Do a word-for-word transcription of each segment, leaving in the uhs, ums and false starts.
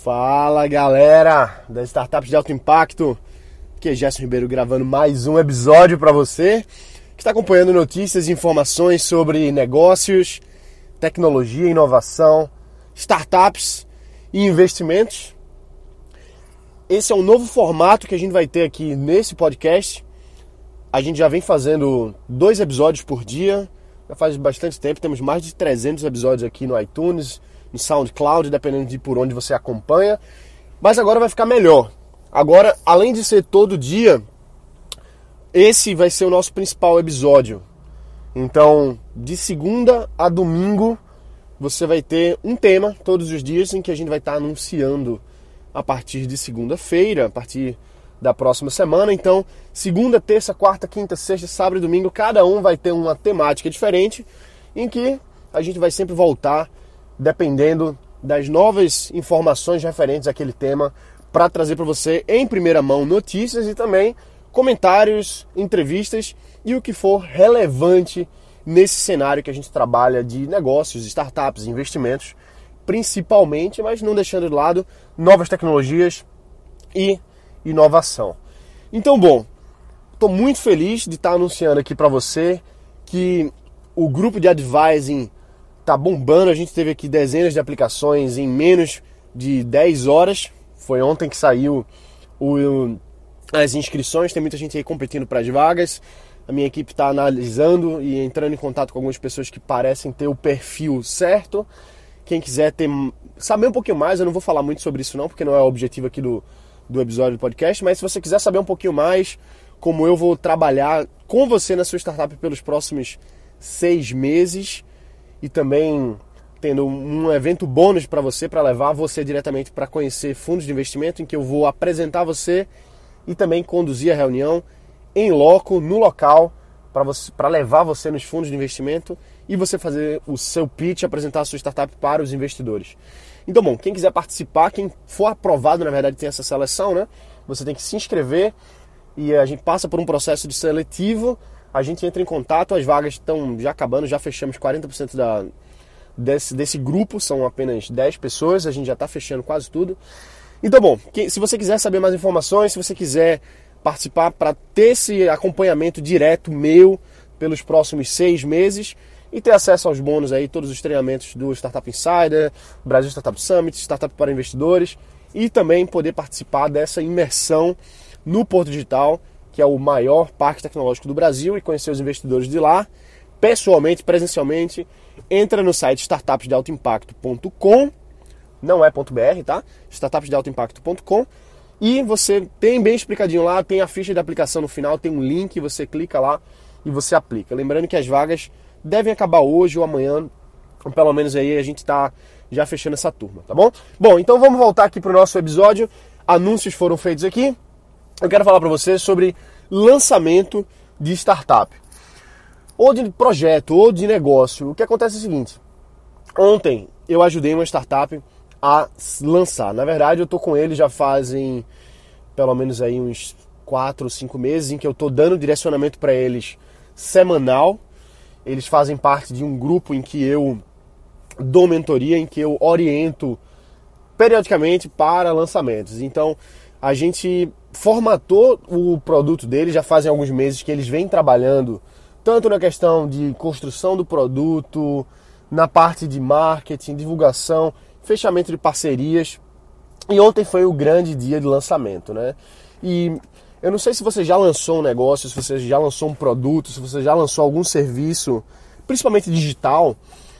Fala galera das startups de alto impacto, aqui é Gerson Ribeiro gravando mais um episódio para você que está acompanhando notícias e informações sobre negócios, tecnologia, inovação, startups e investimentos. Esse é um novo formato que a gente vai ter aqui nesse podcast. A gente já vem fazendo dois episódios por dia, já faz bastante tempo, temos mais de trezentos episódios aqui no iTunes, no SoundCloud, dependendo de por onde você acompanha. Mas agora vai ficar melhor. Agora, além de ser todo dia, esse vai ser o nosso principal episódio. Então, de segunda a domingo, você vai ter um tema todos os dias em que a gente vai estar anunciando a partir de segunda-feira, a partir da próxima semana. Então, segunda, terça, quarta, quinta, sexta, sábado e domingo, cada um vai ter uma temática diferente, em que a gente vai sempre voltar dependendo das novas informações referentes àquele tema, para trazer para você em primeira mão notícias e também comentários, entrevistas e o que for relevante nesse cenário que a gente trabalha de negócios, startups, investimentos, principalmente, mas não deixando de lado novas tecnologias e inovação. Então, bom, estou muito feliz de estar anunciando aqui para você que o grupo de advising tá bombando. A gente teve aqui dezenas de aplicações em menos de dez horas. Foi ontem que saiu o, as inscrições. Tem muita gente aí competindo para as vagas. A minha equipe está analisando e entrando em contato com algumas pessoas que parecem ter o perfil certo. Quem quiser ter, saber um pouquinho mais, eu não vou falar muito sobre isso não, porque não é o objetivo aqui do, do episódio do podcast, mas se você quiser saber um pouquinho mais como eu vou trabalhar com você na sua startup pelos próximos seis meses, e também tendo um evento bônus para você, para levar você diretamente para conhecer fundos de investimento, em que eu vou apresentar você e também conduzir a reunião em loco, no local, para você, para levar você nos fundos de investimento e você fazer o seu pitch, apresentar a sua startup para os investidores. Então, bom, quem quiser participar, quem for aprovado, na verdade tem essa seleção, né? Você tem que se inscrever e a gente passa por um processo de seletivo. A gente entra em contato, as vagas estão já acabando, já fechamos quarenta por cento da, desse, desse grupo, são apenas dez pessoas, a gente já está fechando quase tudo. Então, bom, que, se você quiser saber mais informações, se você quiser participar para ter esse acompanhamento direto meu pelos próximos seis meses e ter acesso aos bônus aí, todos os treinamentos do Startup Insider, Brasil Startup Summit, Startup para Investidores, e também poder participar dessa imersão no Porto Digital, que é o maior parque tecnológico do Brasil, e conhecer os investidores de lá, pessoalmente, presencialmente. Entra no site startups de alto impacto ponto com, não é .br, tá? startups de alto impacto ponto com, e você tem bem explicadinho lá, tem a ficha de aplicação no final, tem um link, você clica lá e você aplica. Lembrando que as vagas devem acabar hoje ou amanhã, ou pelo menos aí a gente está já fechando essa turma, tá bom? Bom, então vamos voltar aqui para o nosso episódio. Anúncios foram feitos aqui. Eu quero falar para você sobre lançamento de startup, ou de projeto, ou de negócio. O que acontece é o seguinte: ontem eu ajudei uma startup a lançar. Na verdade, eu estou com ele já fazem pelo menos aí uns quatro ou cinco meses, em que eu estou dando direcionamento para eles semanal. Eles fazem parte de um grupo em que eu dou mentoria, em que eu oriento periodicamente para lançamentos. Então, a gente formatou o produto deles, já fazem alguns meses que eles vêm trabalhando tanto na questão de construção do produto, na parte de marketing, divulgação, fechamento de parcerias. E ontem foi o grande dia de lançamento, né? E eu não sei se você já lançou um negócio, se você já lançou um produto, se você já lançou algum serviço, principalmente digital,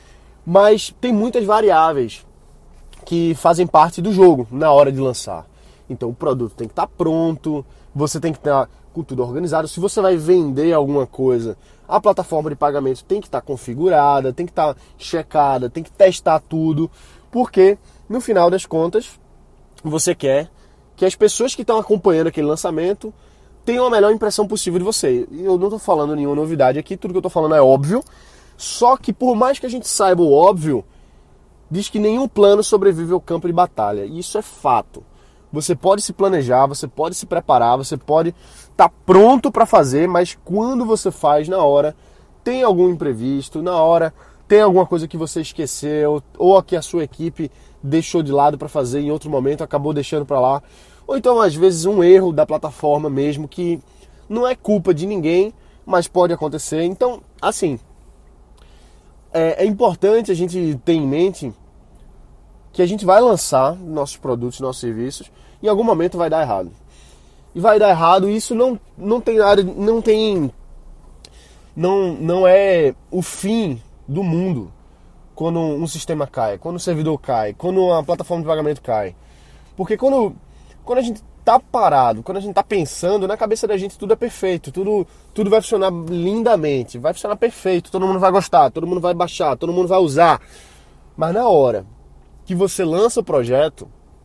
mas tem muitas variáveis que fazem parte do jogo na hora de lançar. Então o produto tem que estar pronto, você tem que estar com tudo organizado. Se você vai vender alguma coisa, a plataforma de pagamento tem que estar configurada, tem que estar checada, tem que testar tudo, porque no final das contas você quer que as pessoas que estão acompanhando aquele lançamento tenham a melhor impressão possível de você. E eu não estou falando nenhuma novidade aqui, tudo que eu estou falando é óbvio, só que por mais que a gente saiba o óbvio, diz que nenhum plano sobrevive ao campo de batalha, e isso é fato. Você pode se planejar, você pode se preparar, você pode estar pronto para fazer, mas quando você faz na hora, tem algum imprevisto, na hora tem alguma coisa que você esqueceu, ou que a sua equipe deixou de lado para fazer em outro momento, acabou deixando para lá. Ou então, às vezes, um erro da plataforma mesmo, que não é culpa de ninguém, mas pode acontecer. Então, assim, é, é importante a gente ter em mente que a gente vai lançar nossos produtos, nossos serviços, e em algum momento vai dar errado. E vai dar errado, e isso não, não tem nada, não tem... Não, não é o fim do mundo quando um sistema cai, quando o servidor cai, quando a plataforma de pagamento cai. Porque quando, quando a gente tá parado, quando a gente tá pensando, na cabeça da gente tudo é perfeito, tudo, tudo vai funcionar lindamente, vai funcionar perfeito, todo mundo vai gostar, todo mundo vai baixar, todo mundo vai usar. Mas na hora que você lança o projeto,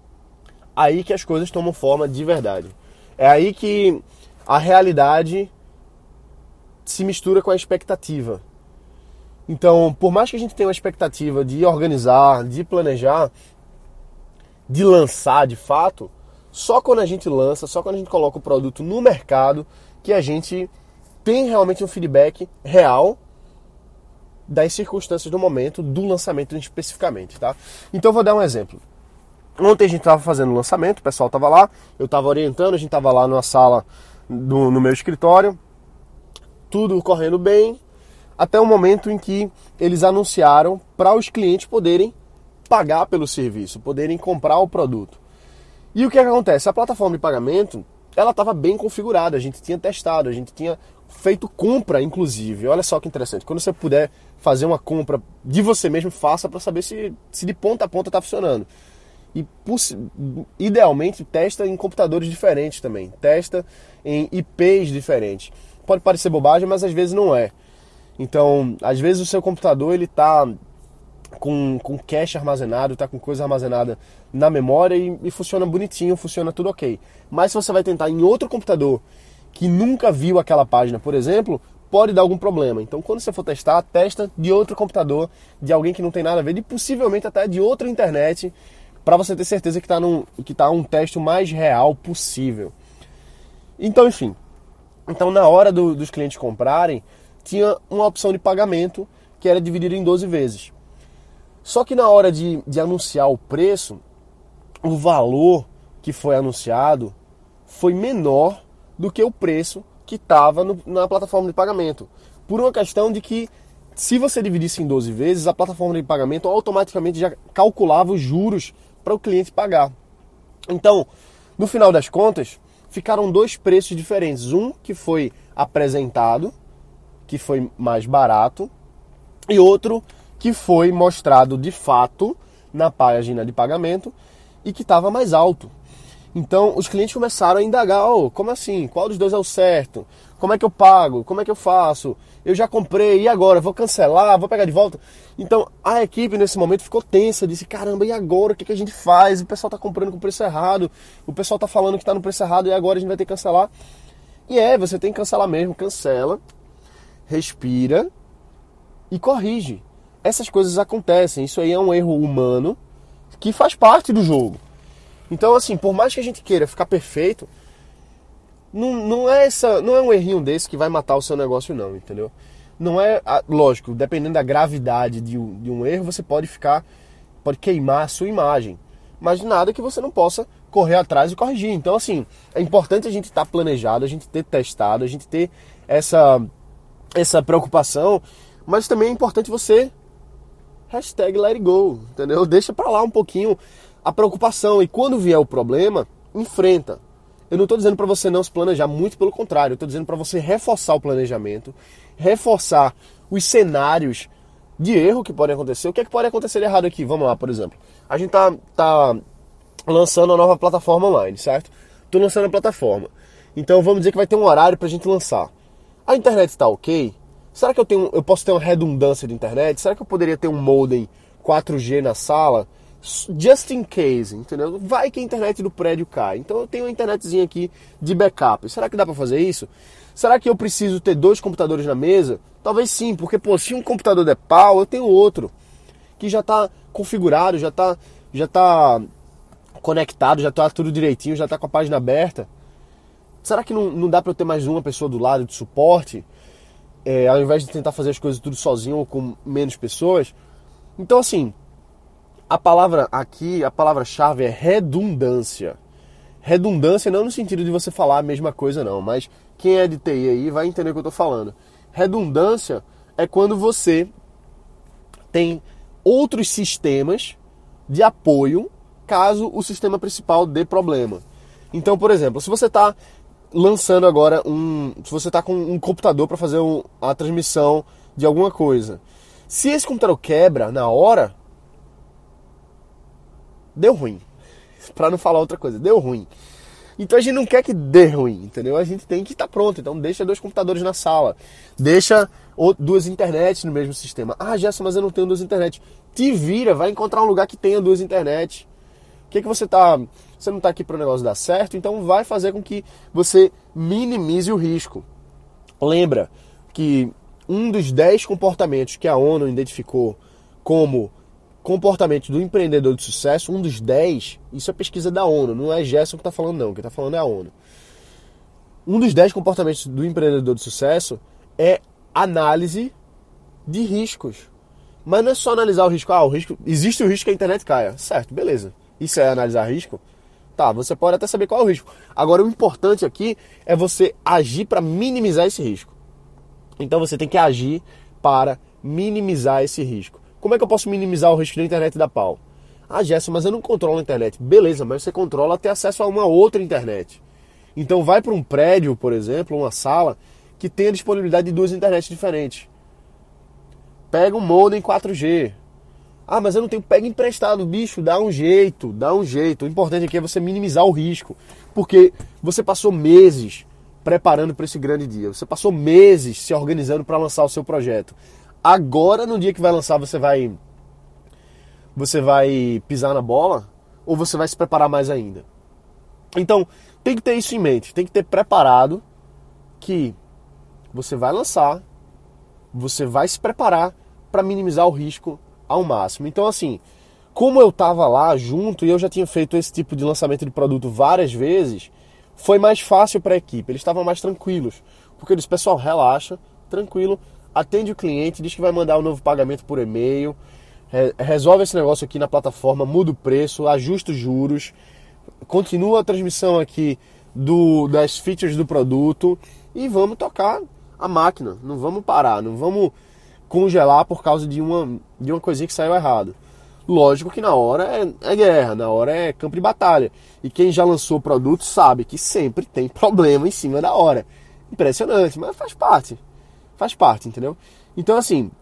aí que as coisas tomam forma de verdade. É aí que a realidade se mistura com a expectativa. Então, por mais que a gente tenha uma expectativa de organizar, de planejar, de lançar de fato, só quando a gente lança, só quando a gente coloca o produto no mercado, que a gente tem realmente um feedback real das circunstâncias do momento, do lançamento especificamente, tá? Então, eu vou dar um exemplo. Ontem a gente estava fazendo o lançamento, o pessoal estava lá, eu estava orientando, a gente estava lá numa sala do, no meu escritório, tudo correndo bem, até o momento em que eles anunciaram para os clientes poderem pagar pelo serviço, poderem comprar o produto. E o que, é que acontece? A plataforma de pagamento, ela estava bem configurada, a gente tinha testado, a gente tinha feito compra, inclusive. Olha só que interessante, quando você puder fazer uma compra de você mesmo, faça para saber se, se de ponta a ponta está funcionando. E idealmente testa em computadores diferentes também, testa em I Ps diferentes. Pode parecer bobagem, mas às vezes não é. Então, às vezes o seu computador ele está com, com cache armazenado, está com coisa armazenada na memória e, e funciona bonitinho, funciona tudo ok. Mas se você vai tentar em outro computador que nunca viu aquela página, por exemplo, pode dar algum problema. Então, quando você for testar, testa de outro computador, de alguém que não tem nada a ver, e possivelmente até de outra internet, para você ter certeza que está que tá um teste o mais real possível. Então, enfim. Então, na hora do, dos clientes comprarem, tinha uma opção de pagamento que era dividida em doze vezes. Só que na hora de, de anunciar o preço, o valor que foi anunciado foi menor do que o preço que estava na plataforma de pagamento. Por uma questão de que, se você dividisse em doze vezes, a plataforma de pagamento automaticamente já calculava os juros para o cliente pagar. Então, no final das contas, ficaram dois preços diferentes. Um que foi apresentado, que foi mais barato, e outro que foi mostrado de fato na página de pagamento e que estava mais alto. Então, os clientes começaram a indagar, oh, como assim? Qual dos dois é o certo? Como é que eu pago? Como é que eu faço? Eu já comprei, e agora? Vou cancelar? Vou pegar de volta? Então, a equipe nesse momento ficou tensa, disse, caramba, e agora? O que, que a gente faz? O pessoal está comprando com o preço errado, o pessoal está falando que está no preço errado, e agora a gente vai ter que cancelar. E é, você tem que cancelar mesmo, cancela, respira e corrige. Essas coisas acontecem, isso aí é um erro humano que faz parte do jogo. Então, assim, por mais que a gente queira ficar perfeito, não, não, é essa, não é um errinho desse que vai matar o seu negócio, não, entendeu? Não é, lógico, dependendo da gravidade de um, de um erro, você pode ficar, pode queimar a sua imagem. Mas nada que você não possa correr atrás e corrigir. Então, assim, é importante a gente estar planejado, a gente ter testado, a gente ter essa, essa preocupação, mas também é importante você hashtag let it go, entendeu? Deixa pra lá um pouquinho a preocupação, e quando vier o problema, enfrenta. Eu não estou dizendo para você não se planejar, muito pelo contrário, eu estou dizendo para você reforçar o planejamento, reforçar os cenários de erro que podem acontecer. O que é que pode acontecer de errado aqui? Vamos lá, por exemplo. A gente tá, tá lançando uma nova plataforma online, certo? Estou lançando a plataforma. Então vamos dizer que vai ter um horário para a gente lançar. A internet está ok? Será que eu, tenho, eu posso ter uma redundância de internet? Será que eu poderia ter um modem quatro G na sala? Just in case, entendeu? Vai que a internet do prédio cai. Então eu tenho uma internetzinha aqui de backup. Será que dá pra fazer isso? Será que eu preciso ter dois computadores na mesa? Talvez sim, porque pô, se um computador der pau, eu tenho outro que já tá configurado, já tá, já tá conectado, já tá tudo direitinho, já tá com a página aberta. Será que não, não dá pra eu ter mais uma pessoa do lado de suporte? É, ao invés de tentar fazer as coisas tudo sozinho ou com menos pessoas? Então assim, A palavra aqui, a palavra-chave é redundância. Redundância não no sentido de você falar a mesma coisa não, mas quem é de T I aí vai entender o que eu estou falando. Redundância é quando você tem outros sistemas de apoio caso o sistema principal dê problema. Então, por exemplo, se você está lançando agora um... Se você está com um computador para fazer um, a transmissão de alguma coisa. Se esse computador quebra na hora, deu ruim. Para não falar outra coisa, deu ruim. Então a gente não quer que dê ruim, entendeu? A gente tem que estar pronto. Então deixa dois computadores na sala. Deixa duas internets no mesmo sistema. Ah, Gerson, mas eu não tenho duas internets. Te vira, vai encontrar um lugar que tenha duas internets. O que, que você tá... Você não está aqui para o negócio dar certo, então vai fazer com que você minimize o risco. Lembra que um dos dez comportamentos que a ONU identificou como comportamento do empreendedor de sucesso, um dos dez, isso é pesquisa da ONU, não é Gerson que está falando não, quem está falando é a ONU. Um dos dez comportamentos do empreendedor de sucesso é análise de riscos. Mas não é só analisar o risco, ah, o risco, existe o risco que a internet caia, certo, beleza. Isso é analisar risco? Tá, você pode até saber qual é o risco. Agora, o importante aqui é você agir para minimizar esse risco. Então, você tem que agir para minimizar esse risco. Como é que eu posso minimizar o risco da internet da pau? Ah, Gerson, mas eu não controlo a internet. Beleza, mas você controla ter acesso a uma outra internet. Então, vai para um prédio, por exemplo, uma sala, que tenha disponibilidade de duas internets diferentes. Pega um modem quatro G. Ah, mas eu não tenho, pega emprestado, bicho, dá um jeito, dá um jeito. O importante aqui é você minimizar o risco, porque você passou meses preparando para esse grande dia, você passou meses se organizando para lançar o seu projeto. Agora, no dia que vai lançar, você vai, você vai pisar na bola ou você vai se preparar mais ainda? Então, tem que ter isso em mente, tem que ter preparado que você vai lançar, você vai se preparar para minimizar o risco ao máximo. Então, assim, como eu estava lá junto e eu já tinha feito esse tipo de lançamento de produto várias vezes, foi mais fácil para a equipe. Eles estavam mais tranquilos, porque eu disse, pessoal, relaxa, tranquilo, atende o cliente, diz que vai mandar um novo pagamento por e-mail, re- resolve esse negócio aqui na plataforma, muda o preço, ajusta os juros, continua a transmissão aqui do, das features do produto e vamos tocar a máquina, não vamos parar, não vamos congelar por causa de uma, de uma coisinha que saiu errado. Lógico que na hora é, é guerra, na hora é campo de batalha. E quem já lançou o produto sabe que sempre tem problema em cima da hora. Impressionante, mas faz parte. Faz parte, entendeu? Então, assim...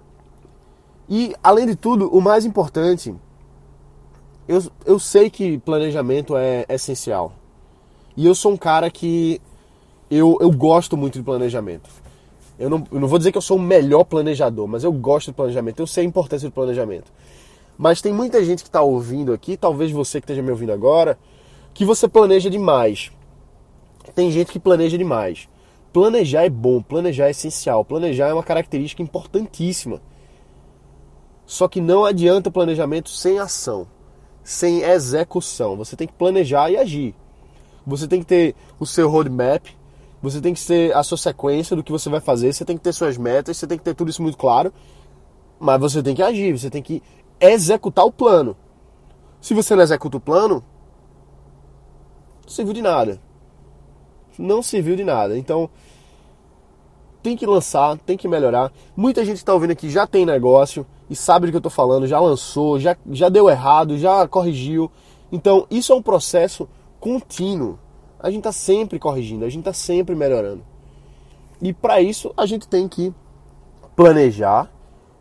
E, além de tudo, o mais importante... Eu, eu sei que planejamento é essencial. E eu sou um cara que... Eu, eu gosto muito de planejamento. Eu não, eu não vou dizer que eu sou o melhor planejador, mas eu gosto de planejamento, eu sei a importância do planejamento. Mas tem muita gente que está ouvindo aqui, talvez você que esteja me ouvindo agora, que você planeja demais. Tem gente que planeja demais. Planejar é bom, planejar é essencial, planejar é uma característica importantíssima. Só que não adianta planejamento sem ação, sem execução. Você tem que planejar e agir. Você tem que ter o seu roadmap, você tem que ter a sua sequência do que você vai fazer, você tem que ter suas metas, você tem que ter tudo isso muito claro, mas você tem que agir, você tem que executar o plano. Se você não executa o plano, não serviu de nada. Não serviu de nada. Então, tem que lançar, tem que melhorar. Muita gente que está ouvindo aqui já tem negócio e sabe do que eu estou falando, já lançou, já, já deu errado, já corrigiu. Então, isso é um processo contínuo. A gente está sempre corrigindo, a gente está sempre melhorando. E para isso a gente tem que planejar,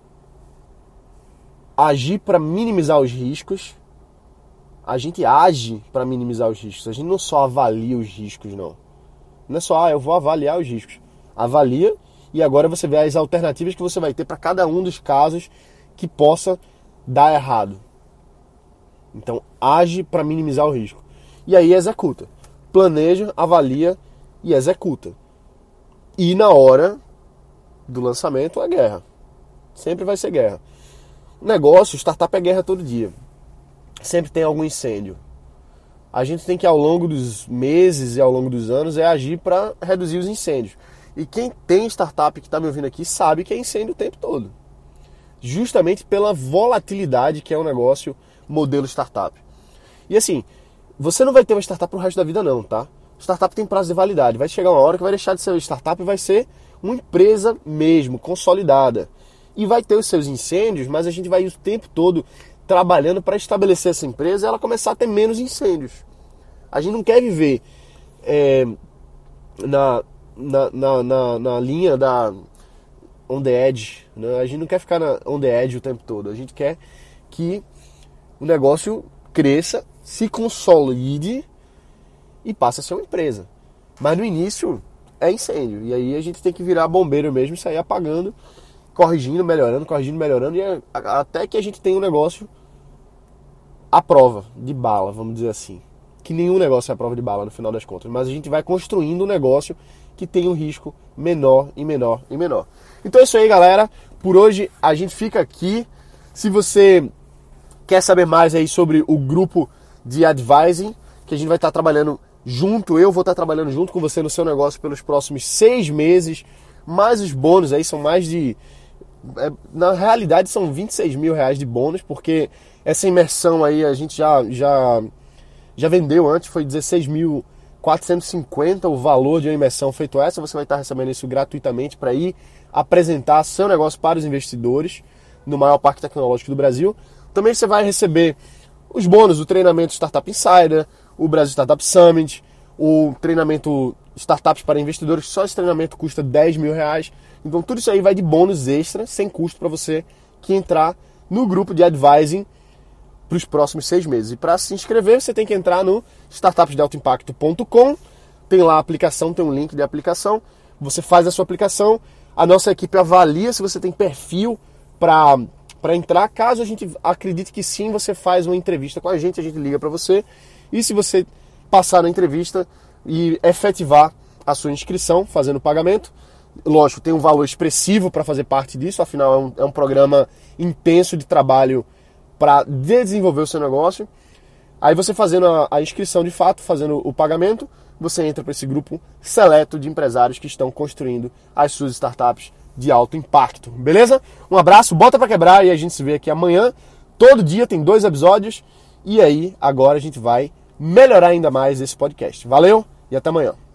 agir para minimizar os riscos. A gente age para minimizar os riscos. A gente não só avalia os riscos, não. Não é só, ah, eu vou avaliar os riscos. Avalia e agora você vê as alternativas que você vai ter para cada um dos casos que possa dar errado. Então, age para minimizar o risco. E aí executa. Planeja, avalia e executa. E na hora do lançamento é guerra. Sempre vai ser guerra. Negócio, startup é guerra todo dia. Sempre tem algum incêndio. A gente tem que, ao longo dos meses e ao longo dos anos, é agir para reduzir os incêndios. E quem tem startup que está me ouvindo aqui sabe que é incêndio o tempo todo. justamente pela volatilidade que é um negócio modelo startup. E assim, você não vai ter uma startup pro resto da vida não, tá? Startup tem prazo de validade. Vai chegar uma hora que vai deixar de ser startup e vai ser uma empresa mesmo, consolidada. E vai ter os seus incêndios, mas a gente vai o tempo todo trabalhando para estabelecer essa empresa e ela começar a ter menos incêndios. A gente não quer viver é, na, na, na, na, na linha da on the edge, né? A gente não quer ficar na on the edge o tempo todo. A gente quer que o negócio cresça, se consolide e passe a ser uma empresa. Mas no início é incêndio. E aí a gente tem que virar bombeiro mesmo e sair apagando, corrigindo, melhorando, corrigindo, melhorando. E é, até que a gente tenha um negócio à prova de bala, vamos dizer assim. Que nenhum negócio é à prova de bala no final das contas. Mas a gente vai construindo um negócio que tem um risco menor e menor e menor. Então é isso aí, galera. Por hoje a gente fica aqui. Se você quer saber mais aí sobre o grupo de advising, que a gente vai estar trabalhando junto, eu vou estar trabalhando junto com você no seu negócio pelos próximos seis meses, mais os bônus aí, são mais de... É, na realidade são vinte e seis mil reais de bônus, porque essa imersão aí a gente já, já, já vendeu antes, foi dezesseis mil quatrocentos e cinquenta o valor de uma imersão feito essa, você vai estar recebendo isso gratuitamente para ir apresentar seu negócio para os investidores no maior parque tecnológico do Brasil. Também você vai receber os bônus do treinamento Startup Insider, o Brasil Startup Summit, o treinamento Startups para Investidores, só esse treinamento custa dez mil reais. Então tudo isso aí vai de bônus extra, sem custo para você que entrar no grupo de advising para os próximos seis meses. E para se inscrever, você tem que entrar no startups de alto impacto ponto com, tem lá a aplicação, tem um link de aplicação, você faz a sua aplicação, a nossa equipe avalia se você tem perfil para para entrar. Caso a gente acredite que sim, você faz uma entrevista com a gente, a gente liga para você. E se você passar na entrevista e efetivar a sua inscrição, fazendo o pagamento, lógico, tem um valor expressivo para fazer parte disso, afinal é um, é um programa intenso de trabalho para desenvolver o seu negócio. Aí você fazendo a, a inscrição de fato, fazendo o pagamento, você entra para esse grupo seleto de empresários que estão construindo as suas startups de alto impacto, beleza? Um abraço, bota pra quebrar e a gente se vê aqui amanhã. Todo dia tem dois episódios e aí agora a gente vai melhorar ainda mais esse podcast. Valeu e até amanhã.